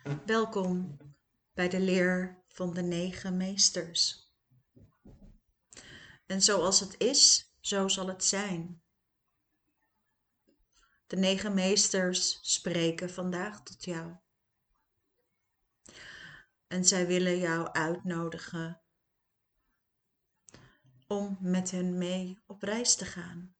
Welkom bij de leer van de 9 meesters. En zoals het is, zo zal het zijn. De 9 meesters spreken vandaag tot jou. En zij willen jou uitnodigen om met hen mee op reis te gaan.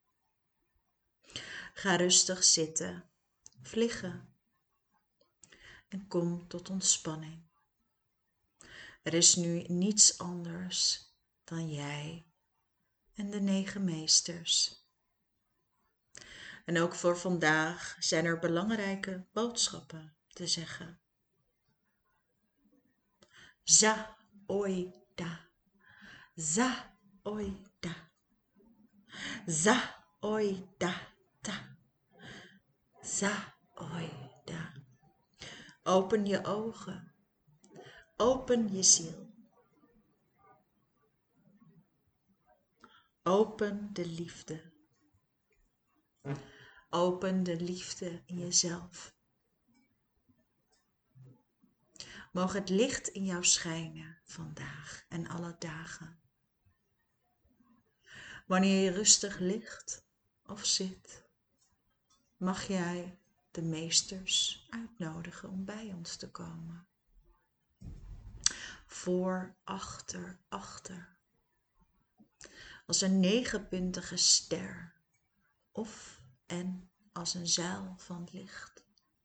Ga rustig zitten of liggen en kom tot ontspanning. Er is nu niets anders dan jij en de 9 meesters. En ook voor vandaag zijn er belangrijke boodschappen te zeggen. Za oida, za oida, za oida, ta, za oida. Open je ogen, open je ziel. Open de liefde. Open de liefde in jezelf. Mogen het licht in jou schijnen vandaag en alle dagen. Wanneer je rustig ligt of zit, mag jij de meesters uitnodigen om bij ons te komen. Voor, achter, achter. Als een 9-puntige ster of en als een zuil van licht.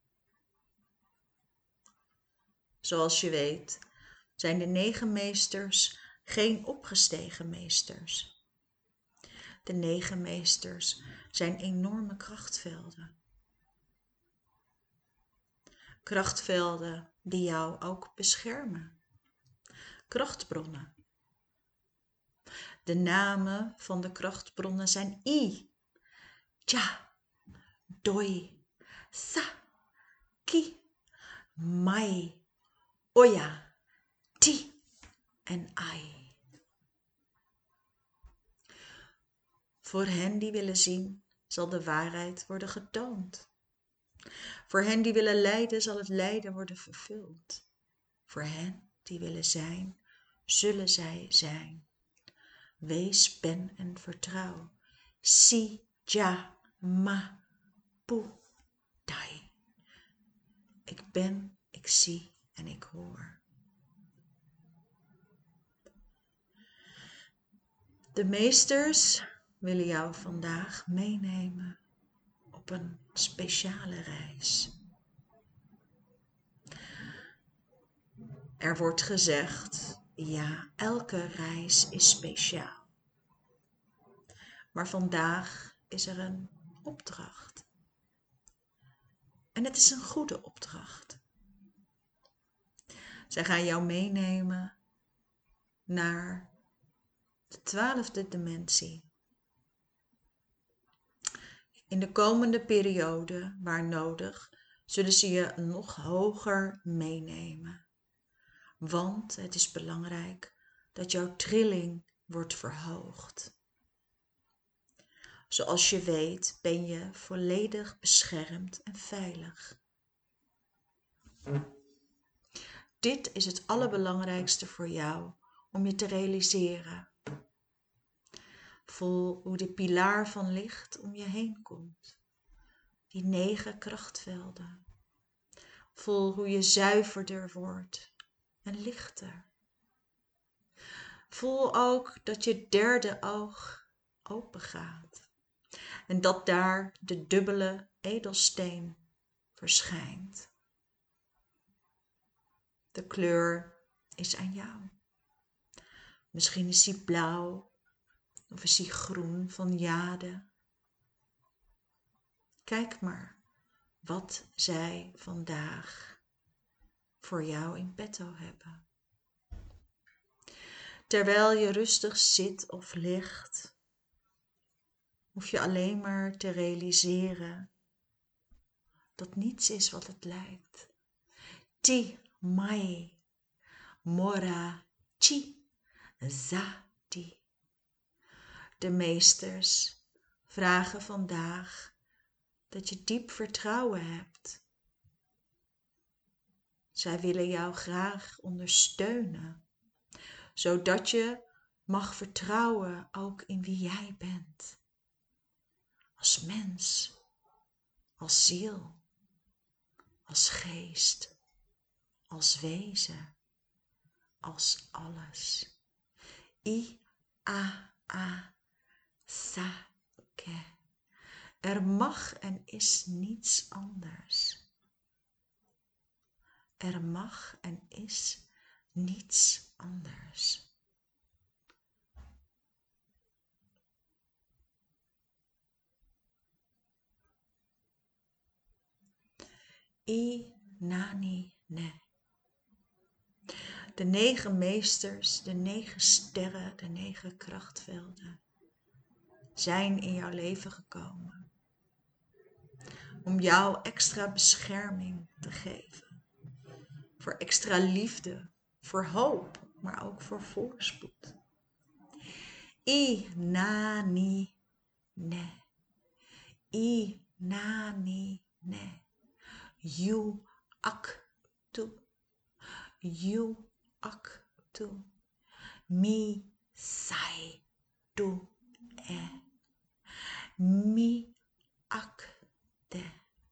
Zoals je weet zijn de 9 meesters geen opgestegen meesters. De 9 meesters zijn enorme krachtvelden. Krachtvelden die jou ook beschermen. Krachtbronnen. De namen van de krachtbronnen zijn I, Cha, Doi, Sa, Ki, Mai, Oya, Ti en Ai. Voor hen die willen zien, zal de waarheid worden getoond. Voor hen die willen lijden, zal het lijden worden vervuld. Voor hen die willen zijn, zullen zij zijn. Wees, ben en vertrouw. Si, ja, ma, pu, dai. Ik ben, ik zie en ik hoor. De meesters willen jou vandaag meenemen op een speciale reis. Er wordt gezegd, ja, elke reis is speciaal. Maar vandaag is er een opdracht. En het is een goede opdracht. Zij gaan jou meenemen naar de 12e dimensie. In de komende periode, waar nodig, zullen ze je nog hoger meenemen. Want het is belangrijk dat jouw trilling wordt verhoogd. Zoals je weet ben je volledig beschermd en veilig. Dit is het allerbelangrijkste voor jou om je te realiseren. Voel hoe de pilaar van licht om je heen komt. Die 9 krachtvelden. Voel hoe je zuiverder wordt en lichter. Voel ook dat je 3e oog open gaat. En dat daar de dubbele edelsteen verschijnt. De kleur is aan jou. Misschien is die blauw of is die groen van jade. Kijk maar wat zij vandaag voor jou in petto hebben. Terwijl je rustig zit of ligt, hoef je alleen maar te realiseren dat niets is wat het lijkt. Ti, mai, mora, chi, za, ti. De meesters vragen vandaag dat je diep vertrouwen hebt. Zij willen jou graag ondersteunen, zodat je mag vertrouwen ook in wie jij bent. Als mens, als ziel, als geest, als wezen, als alles. I-A-A Sake. Er mag en is niets anders. Er mag en is niets anders. I-Nani Ne. De 9 meesters, de 9 sterren, de 9 krachtvelden zijn in jouw leven gekomen om jou extra bescherming te geven, voor extra liefde, voor hoop, maar ook voor voorspoed. I-Nani Ne. I-Nani Ne. You Aktu. You Aktu. Mi Sai Tu E. Mi Akte.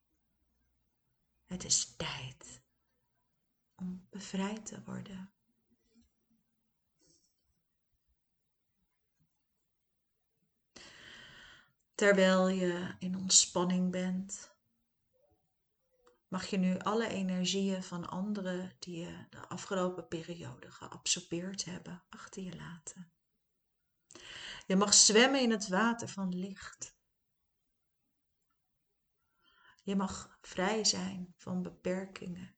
Het is tijd om bevrijd te worden. Terwijl je in ontspanning bent, mag je nu alle energieën van anderen die je de afgelopen periode geabsorbeerd hebben, achter je laten. Je mag zwemmen in het water van licht. Je mag vrij zijn van beperkingen.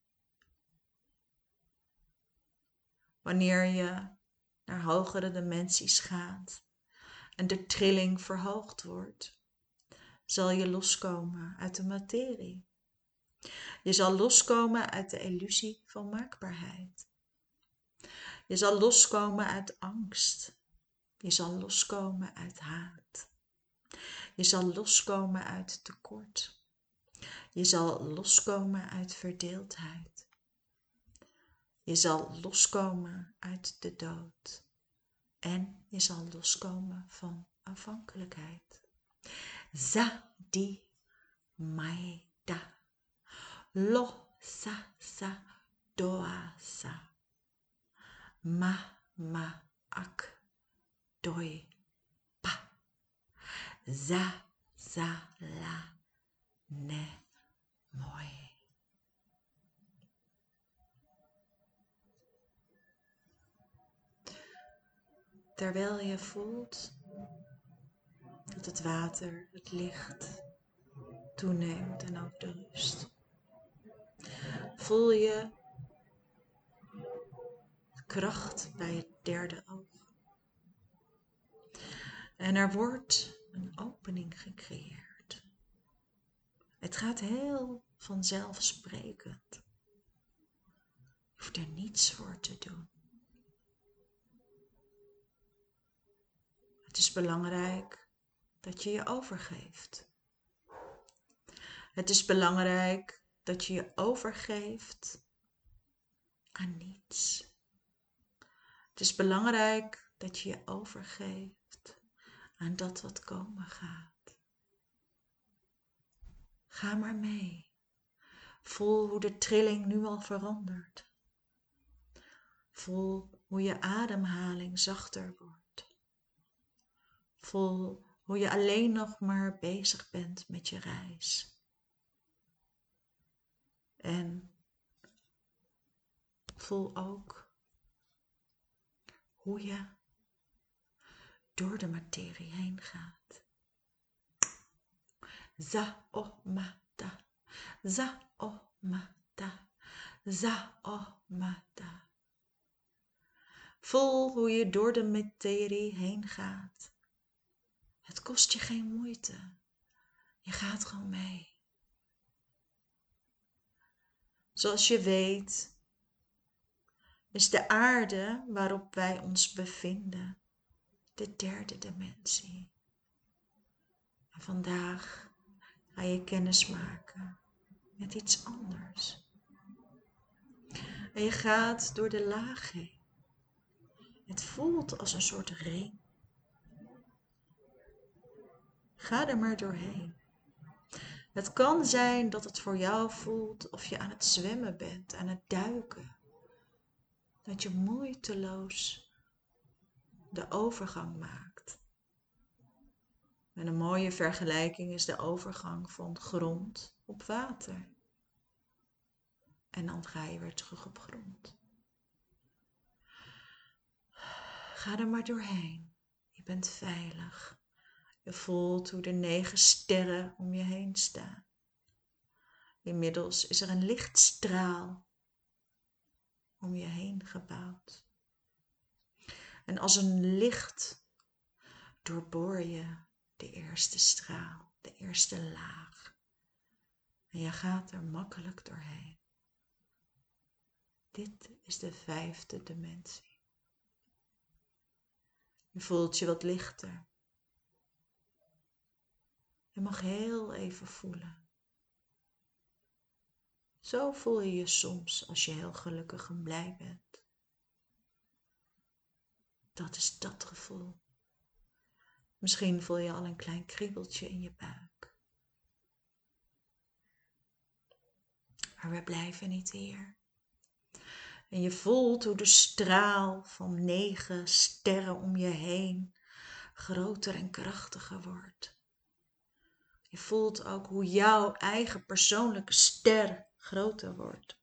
Wanneer je naar hogere dimensies gaat en de trilling verhoogd wordt, zal je loskomen uit de materie. Je zal loskomen uit de illusie van maakbaarheid. Je zal loskomen uit angst. Je zal loskomen uit haat. Je zal loskomen uit tekort. Je zal loskomen uit verdeeldheid. Je zal loskomen uit de dood. En je zal loskomen van afhankelijkheid. Zadi maida. Lo sa sa doa sa. Ma ak doi pa. Za la ne mooi. Terwijl je voelt dat het water, het licht toeneemt en ook de rust, voel je kracht bij het derde oog. En er wordt een opening gecreëerd. Het gaat heel vanzelfsprekend. Je hoeft er niets voor te doen. Het is belangrijk dat je je overgeeft. Het is belangrijk dat je je overgeeft aan niets. Het is belangrijk dat je je overgeeft aan dat wat komen gaat. Ga maar mee. Voel hoe de trilling nu al verandert. Voel hoe je ademhaling zachter wordt. Voel hoe je alleen nog maar bezig bent met je reis. En voel ook hoe je door de materie heen gaat. Za-o-ma-ta, za-o-ma-ta, za-o-ma-ta. Voel hoe je door de materie heen gaat. Het kost je geen moeite. Je gaat gewoon mee. Zoals je weet, is de aarde waarop wij ons bevinden de derde dimensie. En vandaag ga je kennis maken met iets anders. En je gaat door de laag heen. Het voelt als een soort ring. Ga er maar doorheen. Het kan zijn dat het voor jou voelt of je aan het zwemmen bent, aan het duiken. Dat je moeiteloos de overgang maakt. En een mooie vergelijking is de overgang van grond op water. En dan ga je weer terug op grond. Ga er maar doorheen. Je bent veilig. Je voelt hoe de 9 sterren om je heen staan. Inmiddels is er een lichtstraal om je heen gebouwd. En als een licht doorboor je de eerste straal, de eerste laag. En je gaat er makkelijk doorheen. Dit is de 5e dimensie. Je voelt je wat lichter. Je mag heel even voelen. Zo voel je je soms als je heel gelukkig en blij bent. Dat is dat gevoel. Misschien voel je al een klein kriebeltje in je buik. Maar we blijven niet hier. En je voelt hoe de straal van 9 sterren om je heen groter en krachtiger wordt. Je voelt ook hoe jouw eigen persoonlijke ster groter wordt.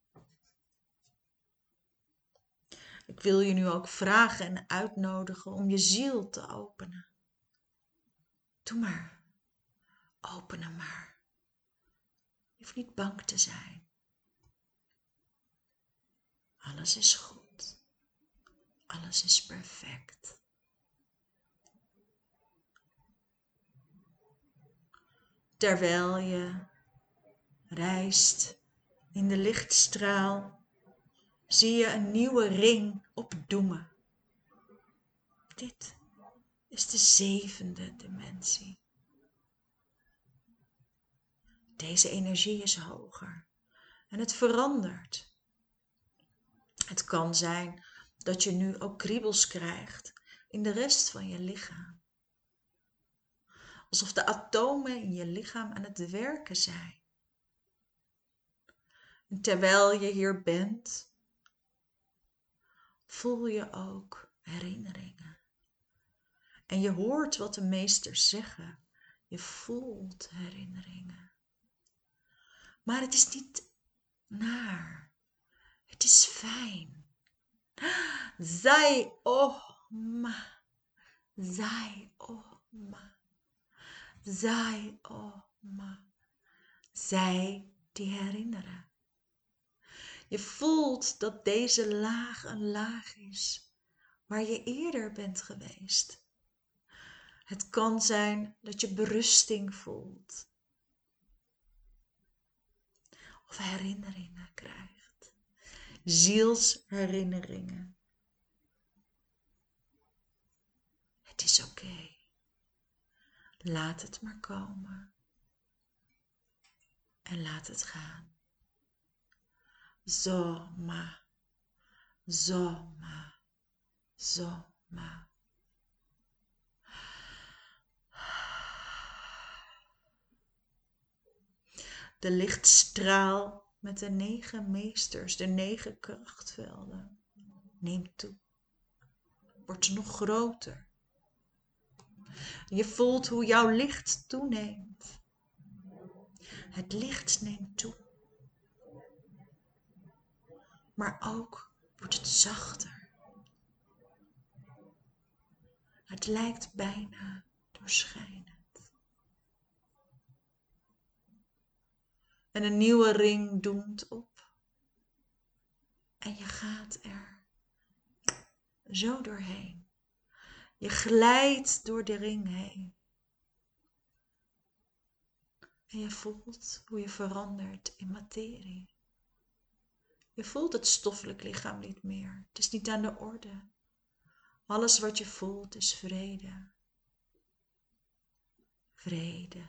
Ik wil je nu ook vragen en uitnodigen om je ziel te openen. Doe maar. Open hem maar. Je hoeft niet bang te zijn. Alles is goed. Alles is perfect. Terwijl je reist in de lichtstraal, zie je een nieuwe ring opdoemen. Dit is de 7e dimensie. Deze energie is hoger en het verandert. Het kan zijn dat je nu ook kriebels krijgt in de rest van je lichaam. Alsof de atomen in je lichaam aan het werken zijn. En terwijl je hier bent, voel je ook herinneringen. En je hoort wat de meesters zeggen. Je voelt herinneringen. Maar het is niet naar. Het is fijn. Zai Ohma. Zai Ohma. Zai Ohma. Zij die herinneren. Je voelt dat deze laag een laag is waar je eerder bent geweest. Het kan zijn dat je berusting voelt. Of herinneringen krijgt. Zielsherinneringen. Het is oké. Laat het maar komen. En laat het gaan. Zoma. Zoma. Zoma. De lichtstraal met de 9 meesters, de 9 krachtvelden, neemt toe. Wordt nog groter. Je voelt hoe jouw licht toeneemt. Het licht neemt toe. Maar ook wordt het zachter. Het lijkt bijna doorschijnend. En een nieuwe ring doemt op. En je gaat er zo doorheen. Je glijdt door de ring heen. En je voelt hoe je verandert in materie. Je voelt het stoffelijk lichaam niet meer. Het is niet aan de orde. Alles wat je voelt is vrede. Vrede.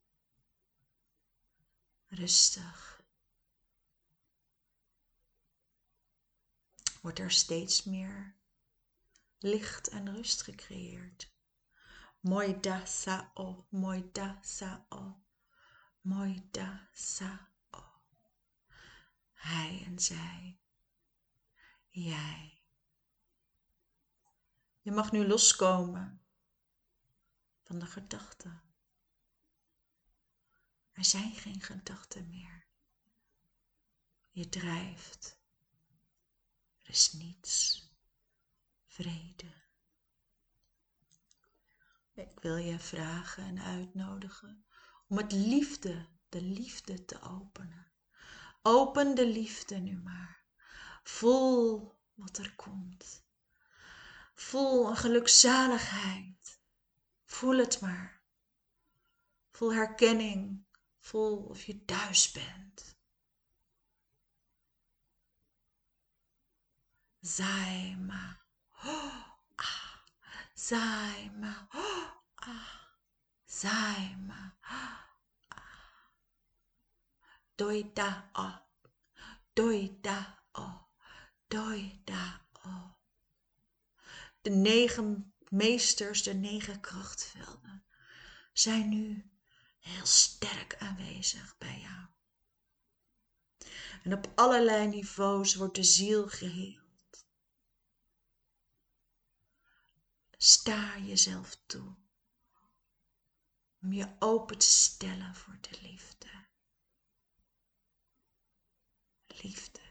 Rustig. wordt er steeds meer licht en rust gecreëerd. Moi da sao, moi da sao, moi da sao. Hij en zij, jij. Je mag nu loskomen van de gedachten. Er zijn geen gedachten meer. Je drijft. Er is niets. Vrede. Ik wil je vragen en uitnodigen om de liefde te openen. Open de liefde nu maar. Voel wat er komt. Voel een gelukzaligheid. Voel het maar. Voel herkenning. Voel of je thuis bent. Sei ma. Sei ma. Sei ma. Doi da o. Doi da o. Doi da o. De 9 meesters, de 9 krachtvelden zijn nu heel sterk aanwezig bij jou. En op allerlei niveaus wordt de ziel geheeld. Sta jezelf toe om je open te stellen voor de liefde. Liefde.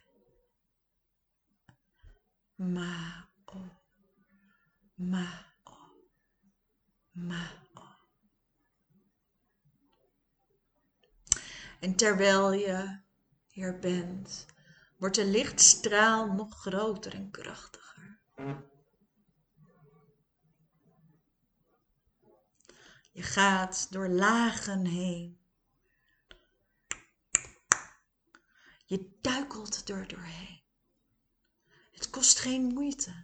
Ma-o. Ma-o. Ma-o. En terwijl je hier bent, wordt de lichtstraal nog groter en krachtiger. Je gaat door lagen heen. Je duikelt er doorheen. Het kost geen moeite.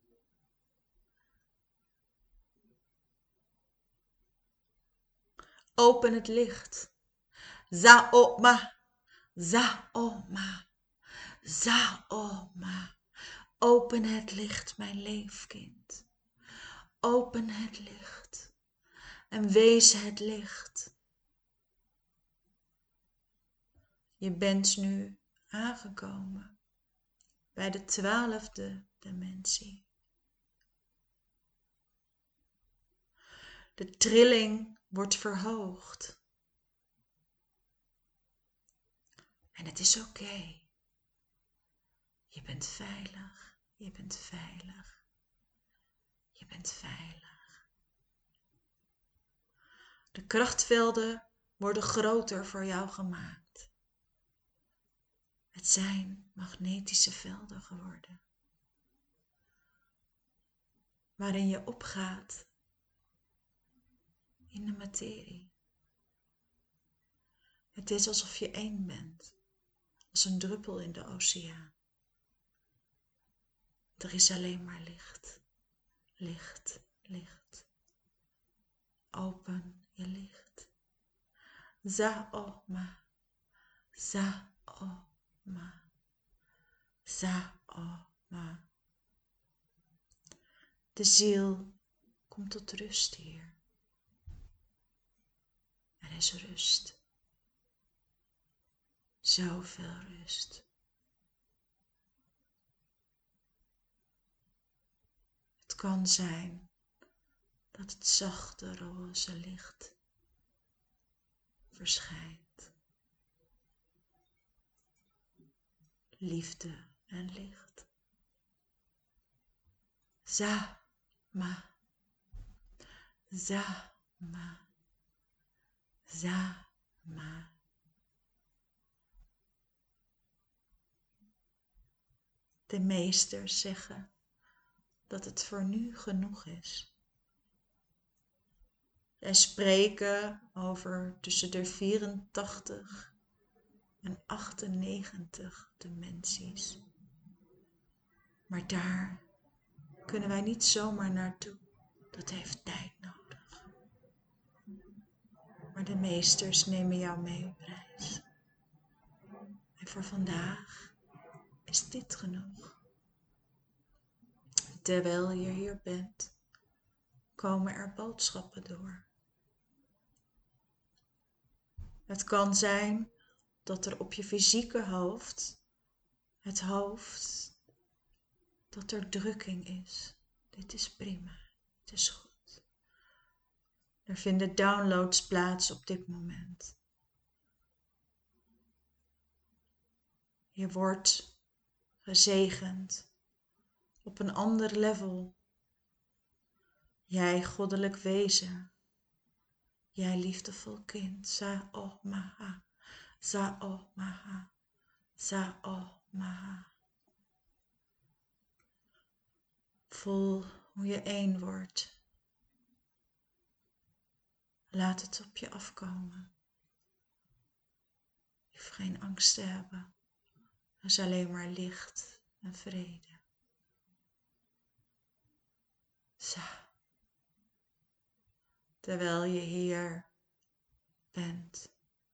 Open het licht. Za-o-ma, za-o-ma, za-o-ma. Open het licht, mijn leefkind. Open het licht. En wees het licht. Je bent nu aangekomen bij de 12e dimensie. De trilling wordt verhoogd. En het is oké. Je bent veilig. Je bent veilig. Je bent veilig. De krachtvelden worden groter voor jou gemaakt. Het zijn magnetische velden geworden. Waarin je opgaat in de materie. Het is alsof je één bent. Als een druppel in de oceaan. Er is alleen maar licht. Licht, licht. Open je licht. Za-o-ma. Za-o-ma. Za-o-ma. De ziel komt tot rust hier. Er is rust. Zoveel rust. Het kan zijn dat het zachte roze licht verschijnt. Liefde en licht. Za-ma. Za-ma. Za-ma. De meesters zeggen dat het voor nu genoeg is. Zij spreken over tussen de 84 en 98 dimensies. Maar daar kunnen wij niet zomaar naartoe. Dat heeft tijd nodig. Maar de meesters nemen jou mee op reis. En voor vandaag is dit genoeg. Terwijl je hier bent, komen er boodschappen door. Het kan zijn dat er op je fysieke hoofd, het hoofd, dat er drukking is. Dit is prima, het is goed. Er vinden downloads plaats op dit moment. Je wordt gezegend op een ander level. Jij goddelijk wezen, jij liefdevol kind, Sa-o Maha, Sa-o Maha, Sa-o Maha. Voel hoe je één wordt. Laat het op je afkomen. Je hoeft geen angst te hebben. Er is alleen maar licht en vrede. Sa. Terwijl je hier bent,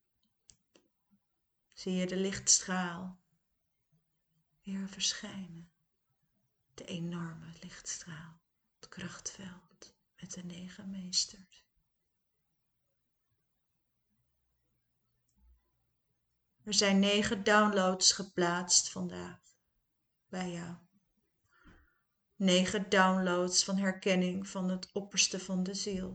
zie je de lichtstraal weer verschijnen. De enorme lichtstraal, het krachtveld met de 9 meesters. Er zijn 9 downloads geplaatst vandaag bij jou. 9 downloads van herkenning van het opperste van de ziel.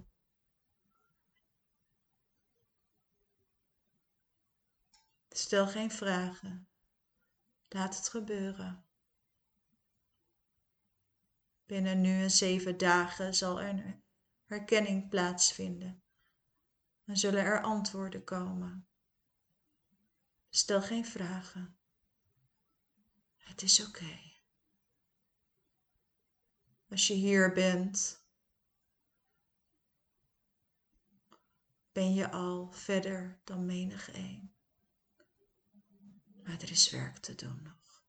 Stel geen vragen. Laat het gebeuren. Binnen nu en 7 dagen zal er een herkenning plaatsvinden. En zullen er antwoorden komen. Stel geen vragen. Het is oké. Als je hier bent, ben je al verder dan menigeen. Maar er is werk te doen nog.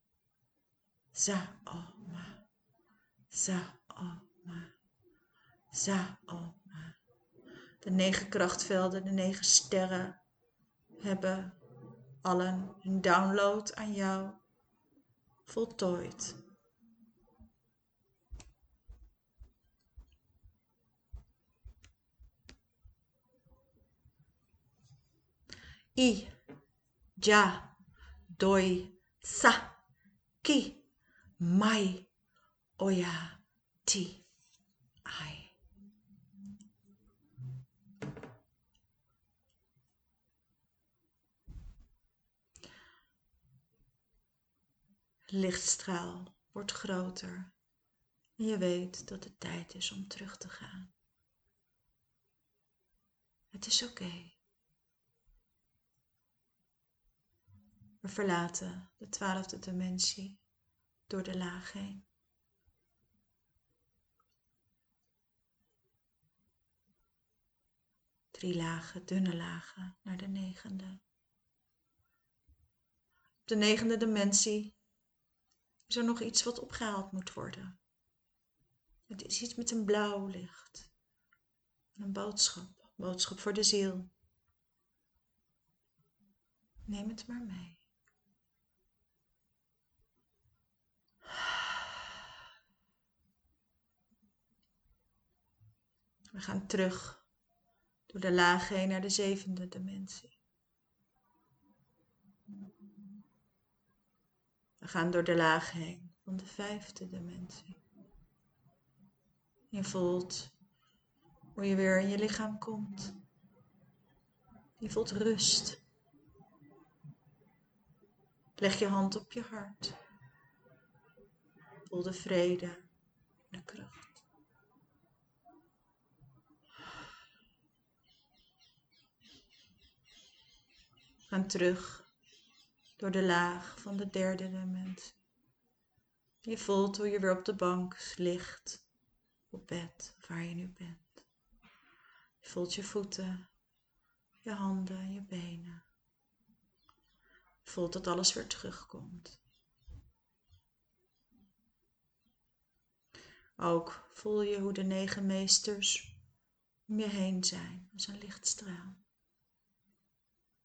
Sa-o-ma, Sa-o-ma, Sa-o-ma. De 9 krachtvelden, de 9 sterren hebben allen hun download aan jou voltooid. I, ja, doi, sa, ki, mai, oya, ti, ai. De lichtstraal wordt groter en je weet dat het tijd is om terug te gaan. Het is oké. We verlaten de 12e dimensie door de laag heen. Drie lagen, dunne lagen, naar de 9e. Op de 9e dimensie is er nog iets wat opgehaald moet worden. Het is iets met een blauw licht. Een boodschap. Boodschap voor de ziel. Neem het maar mee. We gaan terug door de laag heen naar de 7e dimensie. We gaan door de laag heen van de 5e dimensie. Je voelt hoe je weer in je lichaam komt. Je voelt rust. Leg je hand op je hart. Voel de vrede en de kracht. We gaan terug door de laag van de 3e dimensie. Je voelt hoe je weer op de bank ligt, op bed, of waar je nu bent. Je voelt je voeten, je handen en je benen. Je voelt dat alles weer terugkomt. Ook voel je hoe de 9 meesters om je heen zijn als een lichtstraal.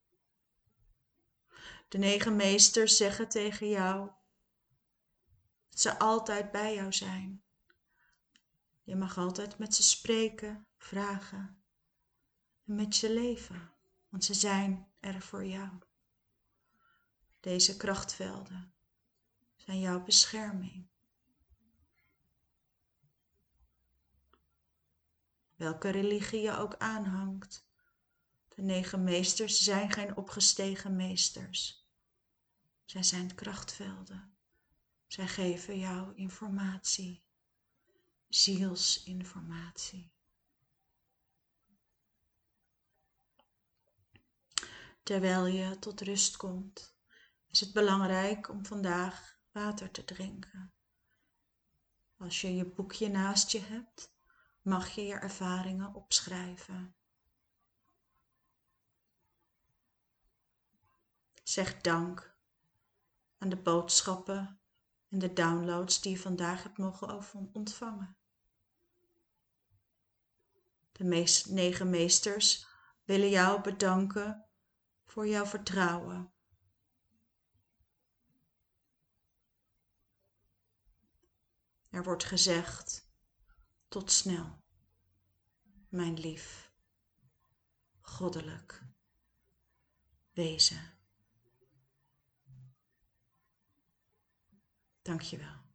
De 9 meesters zeggen tegen jou: Dat ze altijd bij jou zijn. Je mag altijd met ze spreken, vragen en met ze leven, want ze zijn er voor jou. Deze krachtvelden zijn jouw bescherming. Welke religie je ook aanhangt, de 9 meesters zijn geen opgestegen meesters. Zij zijn krachtvelden. Zij geven jou informatie, zielsinformatie. Terwijl je tot rust komt, is het belangrijk om vandaag water te drinken. Als je je boekje naast je hebt, mag je je ervaringen opschrijven. Zeg dank aan de boodschappen en de downloads die je vandaag hebt mogen ontvangen. De 9 meesters willen jou bedanken voor jouw vertrouwen. Er wordt gezegd, tot snel, mijn lief, goddelijk wezen. Dank je wel.